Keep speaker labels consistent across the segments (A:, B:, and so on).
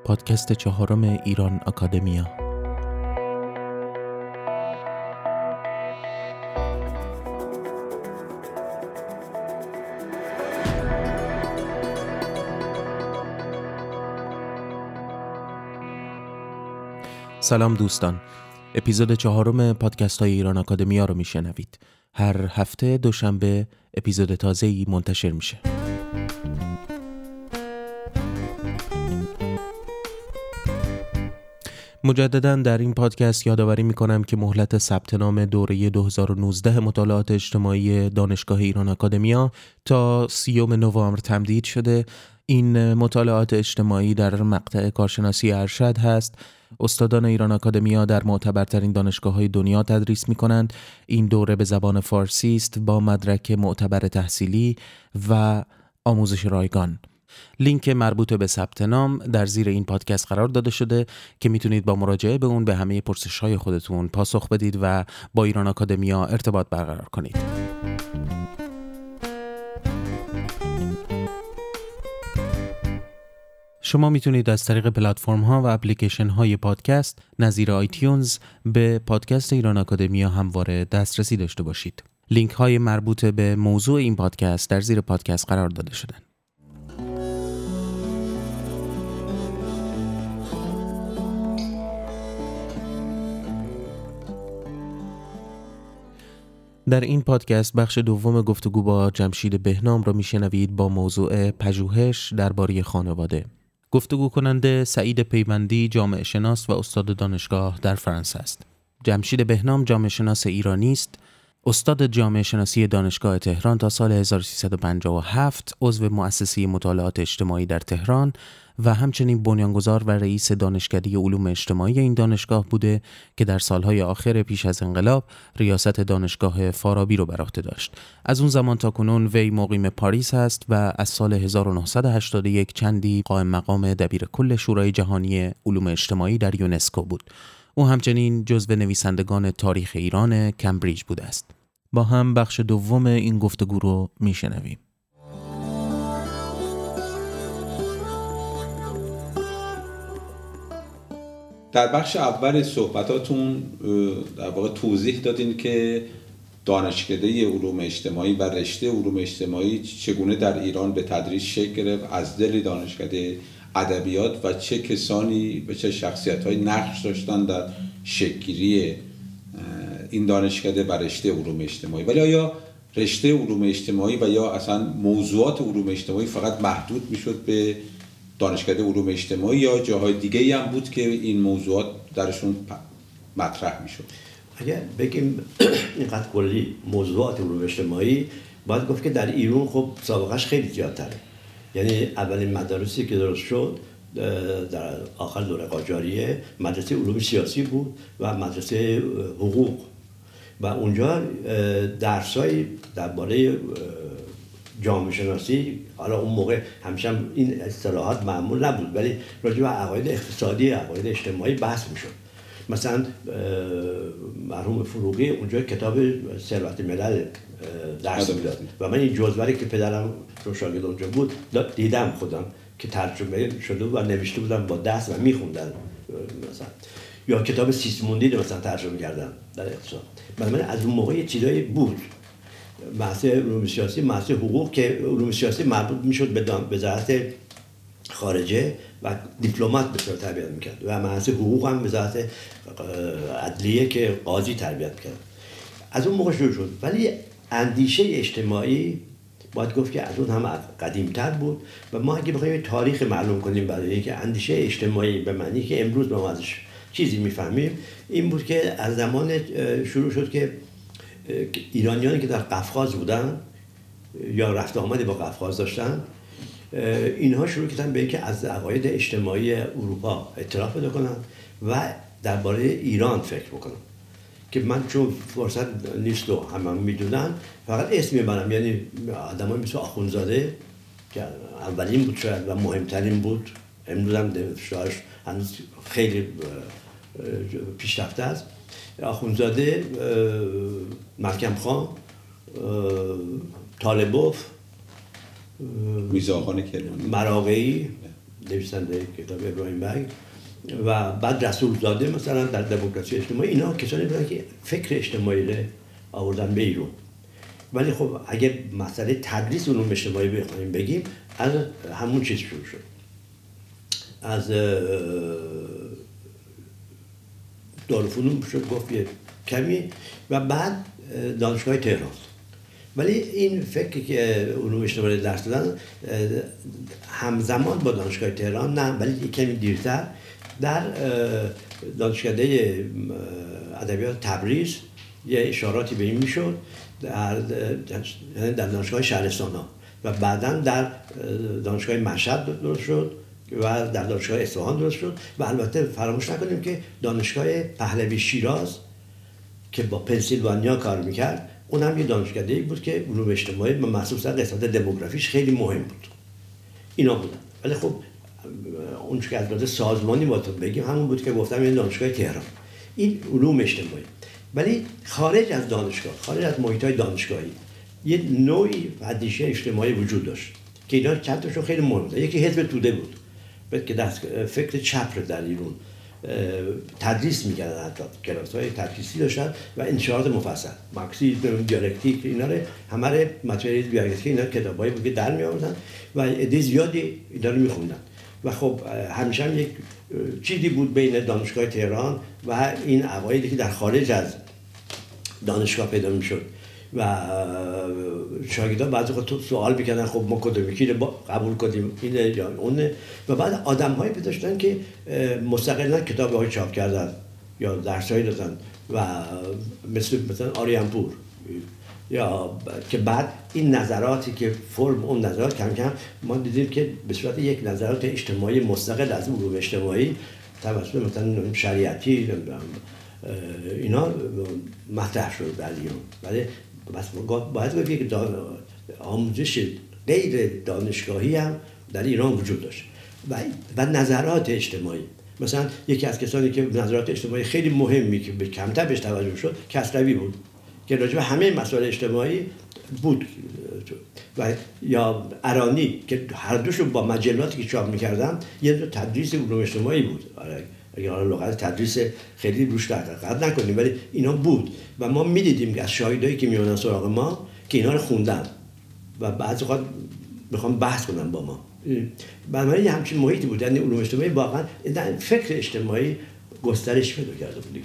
A: پادکست چهارم ایران آکادمیا. سلام دوستان، اپیزود چهارم پادکست های ایران آکادمیا رو میشنوید. هر هفته دوشنبه اپیزود تازه‌ای منتشر میشه. مجدداً در این پادکست یادآوری میکنم که مهلت ثبت نام دوره 2019 مطالعات اجتماعی دانشگاه ایران آکادمیا تا 30 نوامبر تمدید شده. این مطالعات اجتماعی در مقطع کارشناسی ارشد هست. استادان ایران آکادمیا در معتبرترین دانشگاه‌های دنیا تدریس می‌کنند. این دوره به زبان فارسی است با مدرک معتبر تحصیلی و آموزش رایگان. لینک مربوط به ثبت نام در زیر این پادکست قرار داده شده که میتونید با مراجعه به اون به همه پرسش‌های خودتون پاسخ بدید و با ایران آکادمیا ارتباط برقرار کنید. شما میتونید از طریق پلتفرم ها و اپلیکیشن های پادکست نظیر آیتیونز به پادکست ایران آکادمیا همواره دسترسی داشته باشید. لینک های مربوط به موضوع این پادکست در زیر پادکست قرار داده شدن. در این پادکست بخش دوم گفتگو با جمشید بهنام را میشنوید با موضوع پژوهش درباره خانواده. گفتگو کننده سعید پیوندی، جامعه شناس و استاد دانشگاه در فرانسه است. جمشید بهنام جامعه شناس ایرانی است، استاد جامعه شناسی دانشگاه تهران تا سال 1357، عضو مؤسسه مطالعات اجتماعی در تهران و همچنین بنیانگذار و رئیس دانشکده علوم اجتماعی این دانشگاه بوده که در سالهای آخر پیش از انقلاب ریاست دانشگاه فارابی رو بر عهده داشت. از اون زمان تا کنون وی مقیم پاریس است و از سال 1981 چندی قائم مقام دبیرکل شورای جهانی علوم اجتماعی در یونسکو بود. او همچنین جزو نویسندگان تاریخ ایران کمبریج بوده است. با هم بخش دوم این گفتگو رو میشنویم.
B: در بخش اول صحبتاتون در واقع توضیح دادین که دانشکده علوم اجتماعی و رشته علوم اجتماعی چگونه در ایران به تدریج شکل گرفت، از دل دانشکده ادبیات و چه کسانی و چه شخصیت‌هایی نقش داشتن در شکل‌گیری این دانشکده و رشته علوم اجتماعی. ولی آیا رشته علوم اجتماعی و یا اصلا موضوعات علوم اجتماعی فقط محدود میشد به دانشکده علوم اجتماعی یا جاهای دیگه‌ای هم بود که این موضوعات درشون مطرح میشد؟
C: اگر بگیم اینقدر کلی موضوعات علوم اجتماعی، باید گفت که در ایران خب سابقهش خیلی زیادتره. یعنی اولین مدارسی که درست شد در آخر دوره قاجاریه مدرسه علوم سیاسی بود و مدرسه حقوق و اونجا درسای درباره جامعه شناسی، حالا اون موقع همیشه این اصطلاحات معمول نبود ولی راجع به عقاید اقتصادی، عقاید اجتماعی بحث میشد. مثلا مرحوم فروغی اونجا کتاب ثروت ملل درس میداد و من این جزوری که پدرم رو شاگرد اونجا بود دیدم خودم که ترجمه شده و نوشته بودم با دست و میخوندن. مثلا یا کتاب سیسموندی رو مثلا ترجمه کردم در اقتصاد. من از اون موقع یه چیزایی بود. بحث علوم سیاسی، بحث حقوق که علوم سیاسی مربوط میشد به وزارت خارجه و دیپلمات به طور تربیت میکرد و بحث حقوق هم وزارت عدلیه که قاضی تربیت میکرد. از اون موقع شروع شد. ولی اندیشه اجتماعی باید گفت که از اون هم قدیمتر بود و ما اگه بخوایم تاریخ معلوم کنیم برای اینکه اندیشه اجتماعی به معنی که امروز ما ازش چیزی میفهمیم، این بود که از زمان شروع شد که ایرانیانی که در قفقاز بودن یا رفت آمدی با قفقاز داشتن، اینها شروع کردن به اینکه از عقاید اجتماعی اروپا اطلاع پیدا کنن و درباره ایران فکر بکنن که من چون فرصت نیست و همه میدونن فقط اسم میبرم. یعنی آدمایی مثل آخوندزاده که اولین بود شاید و مهمترین بود، امروز هم دانشگاهش هنوز خیلی پیشرفته است. آخوندزاده، محکم خان، طالبوف،
B: میرزا خان کرمانی،
C: مراغه‌ای نویسنده کتاب ابراهیم بگ و بعد رسولزاده مثلا در دموکراسی اجتماعی، اینا کسانی بودن که فکر اجتماعی رو آوردن به ایران. ولی خب اگه مسئله تدریس علوم اجتماعی بخوایم بگیم، از همون چیز شروع شد، از دارالفنون شد گفت یه کمی و بعد دانشگاه تهران. ولی این فکر که علوم اجتماعی درس دادن همزمان با دانشگاه تهران نه، ولی کمی دیرتر در دانشکده ادبیات تبریز یه اشاراتی به این میشد، در دانشگاه شهرستان‌ها و بعداً در دانشگاه مشهد درست شد و در دانشگاه اصفهان درست شد و البته فراموش نکنیم که دانشگاه پهلوی شیراز که با پنسیلوانیا کار میکرد، اونم یه دانشکده‌ای بود که علوم اجتماعی و مخصوصا قسمت دموگرافیش خیلی مهم بود. اینا بودن. ولی خب اون که از لحاظ سازمانی باتون بگیم همون بود که گفتم، این دانشگاه تهران، این علوم اجتماعی. ولی خارج از دانشگاه، خارج از محیط‌های دانشگاهی، یه نوعی اندیشه اجتماعی وجود داشت که اینا چند تاشون خیلی مهم بود. یکی حزب توده بود که دست فکر چپ رو در ایران تدریس می‌کردن، حتی کلاس‌های تدریسی داشتن و انشاءات مفصل، مارکسیسم، دیالکتیک، اینا رو همه رو متریالیسم، دیالکتیک، اینا کتابایی بود که در می‌آوردن و عده زیادی اینا رو می‌خوندن. و خب همیشه هم یک چیزی بود بین دانشگاه تهران و این عقایدی که در خارج از دانشگاه پیدا می‌شد و شاگردان بعضی وقت سوال می‌کردن خب ما کدوم یکی رو قبول کنیم، اینه یا اونه. و بعد آدم‌هایی پیدا شدن که مستقلاً کتاب‌های چاپ کردن یا درس‌هایی دادن و مثلا آریانپور، یا که بعد این نظراتی که فرم اون نظرات کم کم ما دیدیم که به صورت یک نظرات اجتماعی مستقل از علوم اجتماعی توسط مثلا شریعتی اینا مطرح شد در ایران. ولی بس باید بگیم که آموزش غیر دانشگاهی هم در ایران وجود داشت و نظرات اجتماعی. مثلا یکی از کسانی که نظرات اجتماعی خیلی مهمی که به کمتر بهش توجه شد کسروی بود که راجع به همه مسائل اجتماعی بود، و یا ارانی که هر دوشون با مجلاتی که چاپ می‌کردن یه دو تدریس علوم اجتماعی بود. اگه حالا لغت تدریس خیلی روش دقت نکنیم ولی اینا بود و ما می‌دیدیم که از شاهدایی که میومدن سراغ ما که اینا رو خوندن و بعضی وقت می‌خوام بحث کنم با ما. بنابراین همچین محیطی بود، یعنی علوم اجتماعی واقعا فکر اجتماعی گسترش پیدا کرده بود دیگه.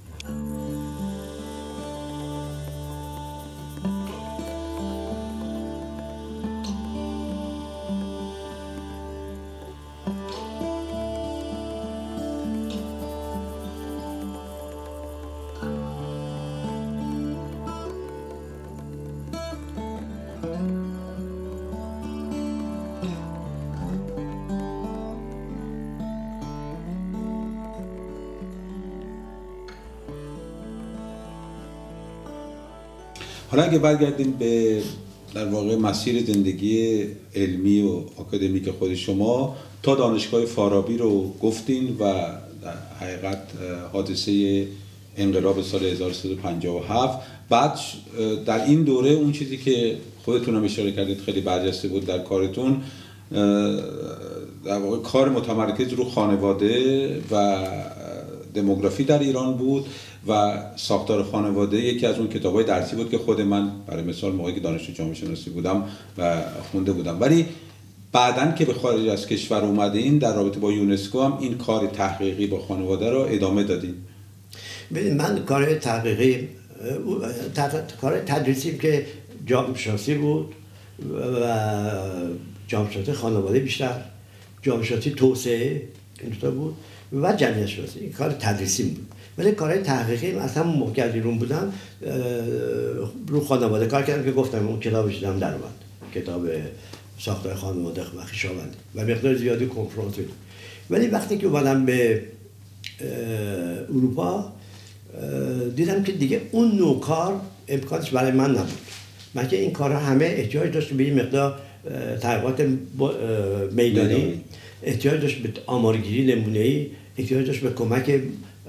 B: حالا اگه برگردیم به در واقع مسیر زندگی علمی و آکادمیک خود شما، تا دانشگاه فارابی رو گفتین و در حقیقت حادثه انقلاب سال 1357، بعد در این دوره اون چیزی که خودتون هم اشاره کردید خیلی برجسته بود در کارتون، در واقع کار متمرکز رو خانواده و دموگرافی در ایران بود و ساختار خانواده یکی از اون کتاب‌های درسی بود که خود من برای مثال موقعی که دانشجو جامعه شناسی بودم و خونده بودم. ولی بعداً که به خارج از کشور اومدین در رابطه با یونسکو هم این کار تحقیقی با خانواده رو ادامه دادین.
C: ببین من کار تحقیقی کار تدریسی که جامعه شناسی بود و جامعه شناسی خانواده بیشتر، جامعه شناسی توسعه این دو تا بود و جمعیت شناسی، این کار تدریسی بود. ولی کارهای تحقیقی اصلا موقع که ایران بودم رو خانواده کار کردم که گفتم اون کتابش دیدم در اومد، کتاب ساختار خانواده و خویشاوندی و مقدار زیادی کنفرانس بود. ولی وقتی که اومدم به اروپا دیدم که دیگه اون نوع کار امکانش برای من نبود. من که این کارها همه احتیاج داشت به این مقدار تحقیقات میدانی، احتیاج داشت به آمارگیری نمونه‌ای، احتیاج داشت به کمک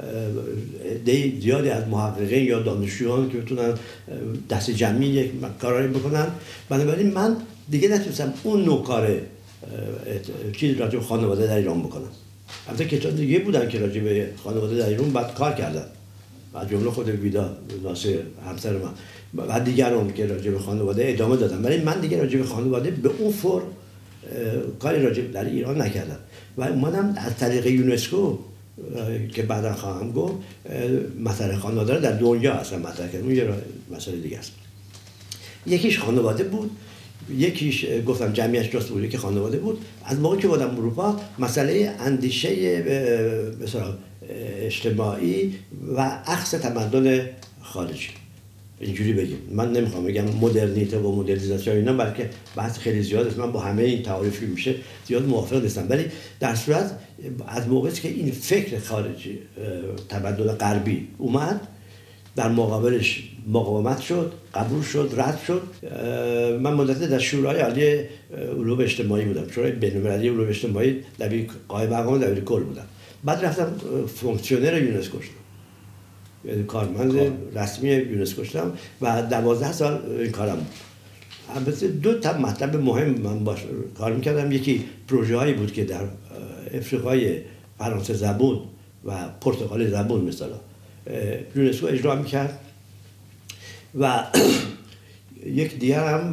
C: زیادی از محققین یا دانشجویان که بتونن دست جمعی یک کارایی بکنن. بنابراین من دیگه نتونستم اون نوع کار چیز راجع به خانواده در ایران بکنم. البته کسان دیگه بودن که راجع به خانواده در ایران بعد کار کردن، از جمله خود ویدا ناصر همسر من و دیگران که راجع به خانواده ادامه دادن، ولی من دیگه راجع به خانواده به اون فرم کاری راجع در ایران نکردم و اومدم از طریق یونسکو که بعدا خواهم گفت مسئله خانواده رو در دنیا اصلا مطرح کردم. اون یه مسئله دیگه است. یکیش خانواده بود، یکیش گفتم جمعیت جست بود که خانواده بود. از موقعی که بودم اروپا مسئله اندیشه مثلا اجتماعی و عکس تمدن خارجی، اینجوری بگیم، من نمیخوام بگم مدرنیته و مدرنیزاسیون اینا، بلکه بحث خیلی زیاد است، من با همه این تعاریفی میشه زیاد موافق نیستم، ولی در صورت از موقعی که این فکر خارجی تمدن غربی اومد در مقابلش مقاومت شد، قبول شد، رد شد. من مدت در شورای عالی علوم اجتماعی بودم، شورای بین‌المللی علوم اجتماعی قائم مقام دبیر کل بودم. بعد رفتم فونکسیونر یونسکو شدم، یعنی کارمند رسمی یونسکو شدم و 12 سال این کارم بود. البته دو تا مطلب مهم من باش کار میکردم. یکی پروژه هایی بود که در افریقای فرانسه زبون و پرتغالی زبون مثلا یونسکو اجرا میکرد و یک دیگر هم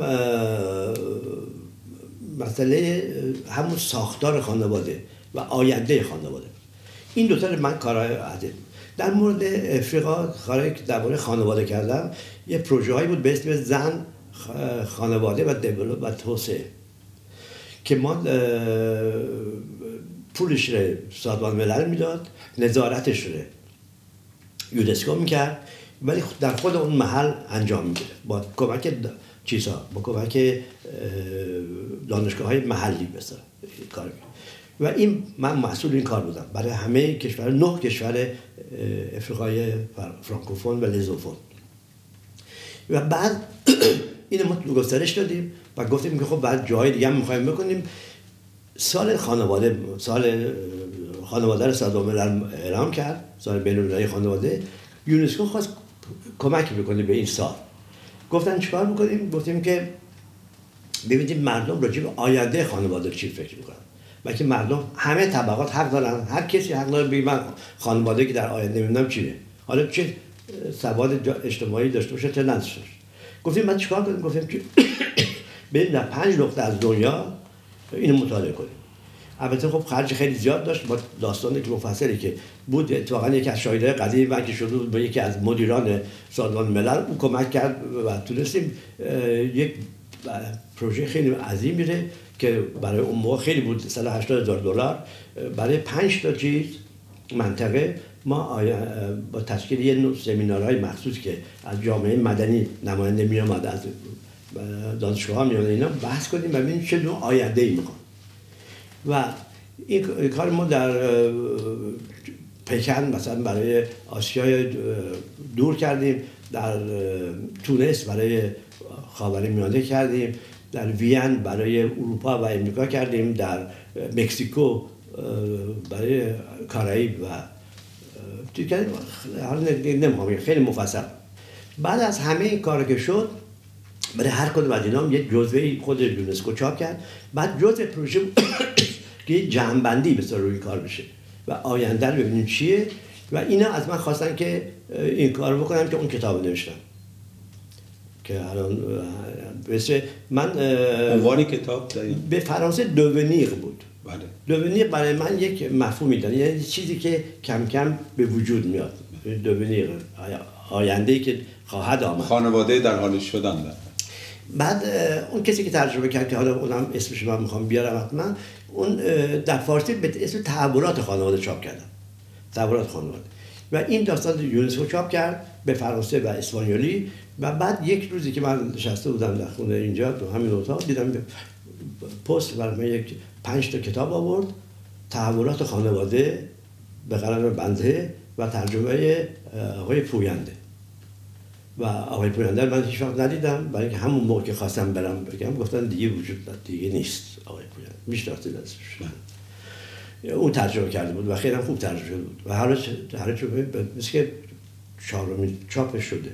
C: مسئله همون ساختار خانواده و آینده خانواده. این دوتا من کارهای عدد. در مورد افریقا کارهایی که درباره خانواده کردم یه پروژه هایی بود به اسم زن، خانواده و توسعه که ما پولش رو سازمان ملل میداد، نظارتش رو یونسکو میکرد، ولی در خود اون محل انجام میگیره با کمک با کمک دانشگاه‌های محلی مثلا کار میکنه. و این من مسئول این کار بودم برای همه کشور 9 کشور افریقای فرانکوفون و لزوفون. و بعد اینو ما گسترش دادیم و گفتیم که خب بعد جای دیگه هم می‌خوایم بکنیم. سال خانواده رو سازمان ملل اعلام کرد، سال بین‌المللی خانواده. یونسکو خواست کمک بکنه به این سال. گفتن چیکار بکنیم؟ گفتیم که ببینیم مردم راجع به آینده خانواده چی فکر می‌کنن. و که مردم همه طبقات حق دارن، هر کسی حق داره بگه من خانواده که در آینده می‌بینم چیه، حالا چه سواد اجتماعی داشته باشه چه نداشته باشه. گفتیم من چیکار کنیم؟ گفتیم که بریم در 5 نقطه از دنیا اینو مطالعه کنیم. البته خب خرج خیلی زیاد داشت، با داستانی که مفصلی که بود. اتفاقا یکی از شاهدای قدیم من که شده بود به یکی از مدیران سازمان ملل اون کمک کرد و تونستیم یک پروژه خیلی عظیمی ره که برای اون موقع خیلی بود، $180,000 برای 5 تا چیز منطقه ما با تشکیل یه نوع سمینارهای مخصوص که از جامعه مدنی نماینده می آمد، از دانشگاه ها می آمد، اینا بحث کنیم و ببینیم چه نوع آینده‌ای میخوان. و این کار ما در پکن مثلا برای آسیای دور کردیم، در تونس برای خاورمیانه کردیم، در وین برای اروپا و امریکا کردیم، در مکزیکو برای کارائیب و دیگه نمی‌خوام خیلی مفصل. بعد از همه این کارا که شد برای هر کدوم از اینا یک جزوه خود یونسکو چاپ کرد. بعد جزء پروژه که جمع‌بندی بسیار روی کار بشه و آینده رو ببینیم چیه و اینا از من خواستن که این کار بکنم که اون کتاب نوشتم که الان مثل من
B: عنوان کتاب داریم به
C: فرانسه دوونیر بود.
B: بله.
C: دوونیر برای من یک مفهومی داره، یعنی چیزی که کم کم به وجود میاد. دوونیر آینده‌ای که خواهد آمد، خانواده
B: در حال شدن ده.
C: بعد اون کسی که ترجمه کرد که حالا اونم اسمش من میخوام بیارم حتما، اون در فارسی به اسم تحولات خانواده چاپ کردم، تحولات خانواده، و این داستان یونسکو چاپ کرد به فرانسه و اسپانیولی. و بعد یک روزی که من نشسته بودم در خونه اینجا تو همین اتاق دیدم پست برام یک 5 تا کتاب آورد، تحولات خانواده به قلم بنده و ترجمه آقای پوینده. و آقای پوینده من هیچ وقت ندیدم، برای اینکه همون موقع که خواستم برم بگم گفتن دیگه وجود نداره، دیگه نیست آقای پوینده، میشناختید ازش. اون ترجمه کرده بود و خیلی هم خوب ترجمه بود و هر چه مثل که 4مین چاپ شده.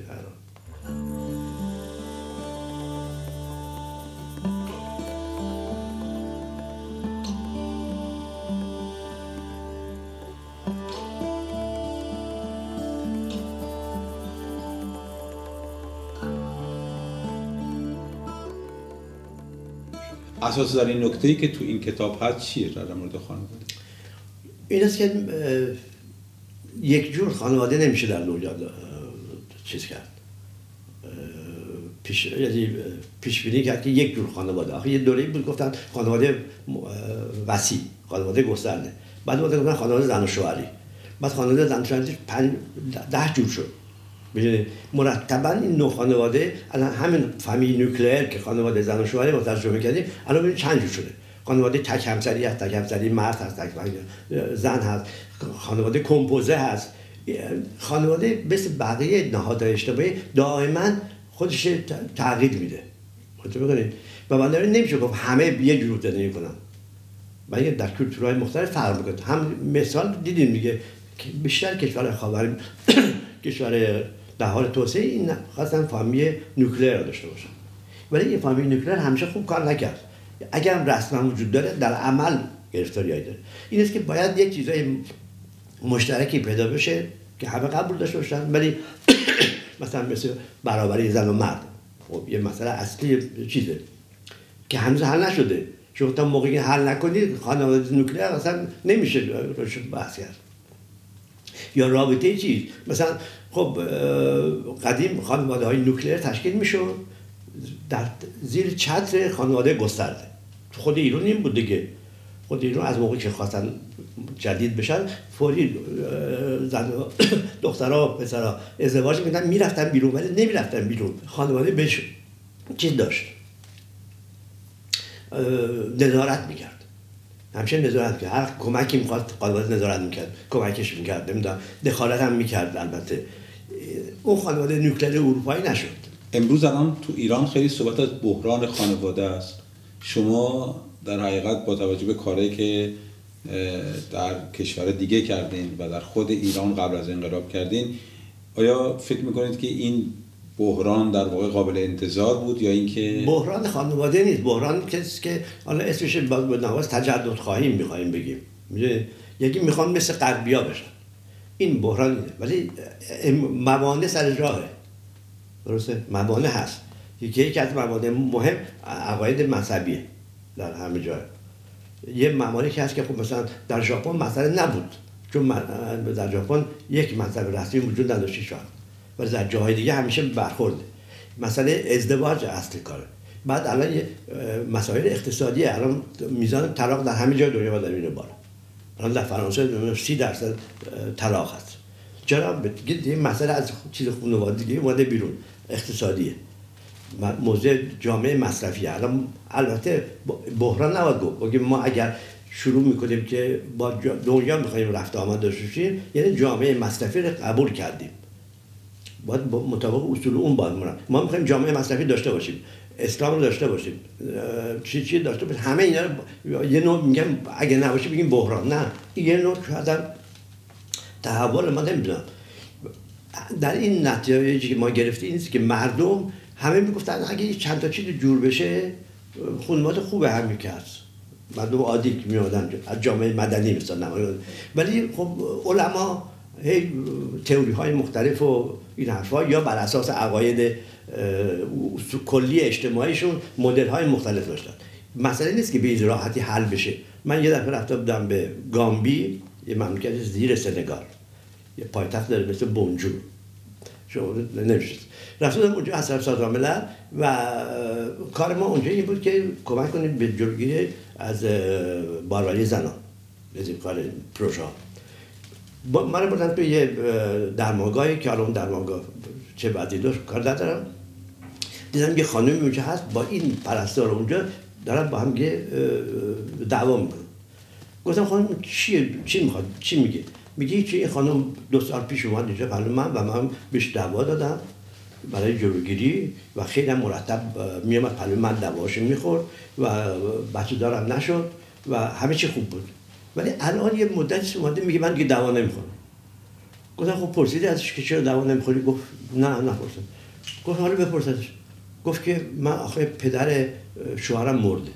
B: اساس در این نکته‌ای که تو این کتاب هست چیه در مورد خانواده؟
C: این است که یک جور خانواده نمیشه در نوجوان چیز کرد، پیش بینی کرد که یک جور خانواده. آخه یه دوره‌ای بود گفتن خانواده وسیع، خانواده گسترده، بعد گفتن خانواده زن و شوهری، بعد خانواده زن و شوهری 10 جور شد. ببینید مرتباً این نوع خانواده، الان همین فامیل نوکلئر که خانواده زن و شوهری رو ترجمه کردیم، الان ببینید چند جور شده. خانواده تک همسری هست، تک همسری مرد هست، تک زن هست، خانواده کمپوزه هست. خانواده مثل بقیه نهادهای اجتماعی دائما خودش تغییر میده. خودتون می‌کنید و بنابراین نمیشه گفت همه یه جور زندگی کنن. من در کلتورهای مختلف فرق می‌کنه. هم مثال دیدیم دیگه که بیشتر کشورهای خاوری کشور در حال توسعه این خواستن فامیل نوکلئر رو داشته باشن، ولی این فامیل نوکلئر همیشه خوب کار نکرد. اگر هم رسما وجود داره در عمل گرفتاریایی داره. این است که باید یک چیزای مشترکی پیدا بشه که همه قبول داشته باشن، ولی مثلا مثل برابری زن و مرد، خب یه مسئله اصلی چیزه که هنوز حل نشده. شما تا موقعی حل نکنید خانواده نوکلئر اصلا نمیشه روش بحث کرد. یا رابطه چیز، مثلا خب قدیم خانواده های نوکلئر تشکیل میشد در زیر چتر خانواده گسترده. خود ایران این بود دیگه. خود ایران از موقعی که خواستن جدید بشن فوری زن و دخترها و پسرها ازدواج می‌کردن، میرفتن بیرون، ولی نمیرفتن بیرون. خانواده بهش چیز داشت، نظارت میکرد، همیشه نظارت میکرد. هر کمکی میخواد خانواده نظارت میکرد، کمکش میکرد، نمیدونم دخالت هم میکرد. البته اون خانواده نوکلئر اروپایی نشد.
B: امروز الان تو ایران خیلی صحبت از بحران خانواده است. شما در حقیقت با توجه به کاری که در کشور دیگه کردین و در خود ایران قبل از انقلاب کردین، آیا فکر میکنید که این بحران در واقع قابل انتظار بود یا اینکه
C: بحران خانواده نیست، بحران کسی که حالا اسمش با نواز تجدد خواهیم میخوایم بگیم، یکی میخوان مثل غربیا بشن، این بحران نیست، ولی موانع سر راهه. درسته؟ موانع هست. یکی از موانع مهم عقاید مذهبیه در همه جای. یه موانعی که هست که خب مثلا در ژاپن مسئله نبود، چون در ژاپن یک مذهب رسمی وجود نداشت شاید، ولی در جاهای دیگه همیشه برخورده. مسئله ازدواج اصل کاره. بعد الان مسائل اقتصادیه، الان میزان طلاق در همه جای دنیا باید میره بالا. الان در فرانسه 30% طلاق هست. چرا؟ بگید مسئله از چیز خانوادگی اومده بیرون، اقتصادیه. موضوع جامعه مصرفیه. الان البته بحران نباید گفت، بگیم ما اگر شروع میکنیم که با دنیا میخوایم رفت آمد داشته باشیم، یعنی جامعه مصرفی رو قبول کردیم، باید مطابق اصول اون باید ما میخوایم جامعه مصرفی داشته باشیم، اسلام رو داشته باشیم، چی داشته باشیم، همه اینا رو یه نوع میگم اگه نباشه بگیم بحران. نه، یه نوع شاید تحول ما نمیدونم. در این نتیجه که ما گرفتیم این است که مردم همه میگفتن اگه چند تا چیز جور بشه خانواده خوبه همین که هست. مردم عادی که میادن از جامعه مدنی مثلا، ولی خب علما هی تئوری های مختلف و این حرفا یا بر اساس عقاید کلی اجتماعیشون مدل های مختلف داشتن. مسئله نیست که به این راحتی حل بشه. من یه دفعه رفته بودم به گامبی، یه مملکت زیر سنگال، یه پایتخت داره مثل بنجور، شما نمیشه. رفتم اونجا از سازمان ملل و کار ما اونجا این بود که کمک کنیم به جلوگیری از باروری زنان. این کار پروژه من رو بردن به یه درمانگاهی که الان درمانگاه چه بعدی داشت کار ندارم. دیدم یه خانمی اونجا هست با این پرستار اونجا دارن با هم دعوا میکنن. گفتم خانم چی میخواد؟ چی میگه؟ میگه چی؟ این خانم 2 سال پیش اومد اینجا پلو من و من بهش دعوا دادم برای جلوگیری و خیلی مرتب میامد پلو من دعواشو میخورد و بچه دارم نشد و همه چی خوب بود. ولی الان یه مدتی اومده میگه من دیگه دعوا نمیخورم. گفتم خب پرسیدی ازش که چرا دعوا نمیخوری؟ گفت نه نپرسیدم. گفت حالا بپرسیدش. گفت که من آخه پدر شوهرم مرده،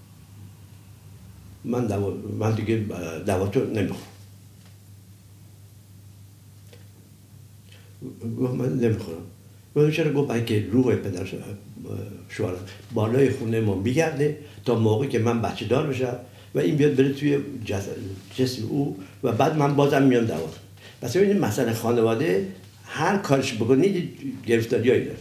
C: من دیگه دعواتو نمیخورم. گفت من نمیخورم. چرا گفت که روح پدر شوهر بالای خونه ما میگرده تا موقعی که من بچه دار بشم و این بیاد بره توی جسم او و بعد من بازم میام دوام. پس ببینید مسئله خانواده هر کارش بکنید گرفتاریایی داره.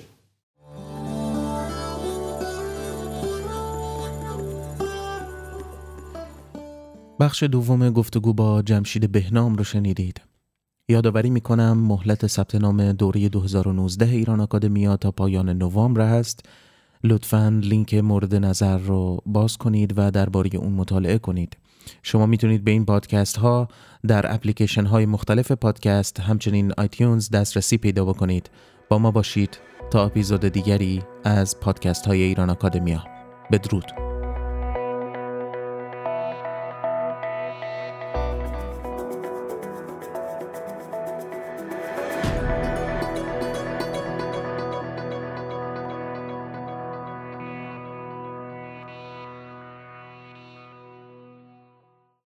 A: بخش دوم گفتگو با جمشید بهنام رو شنیدید. یادآوری میکنم مهلت ثبت نام دوره 2019 ایران آکادمیا تا پایان نوامبر هست. لطفاً لینک مورد نظر رو باز کنید و درباره اون مطالعه کنید. شما میتونید به این پادکست ها در اپلیکیشن های مختلف پادکست همچنین آیتیونز دسترسی پیدا بکنید. با ما باشید تا اپیزود دیگری از پادکست های ایران آکادمیا. بدرود.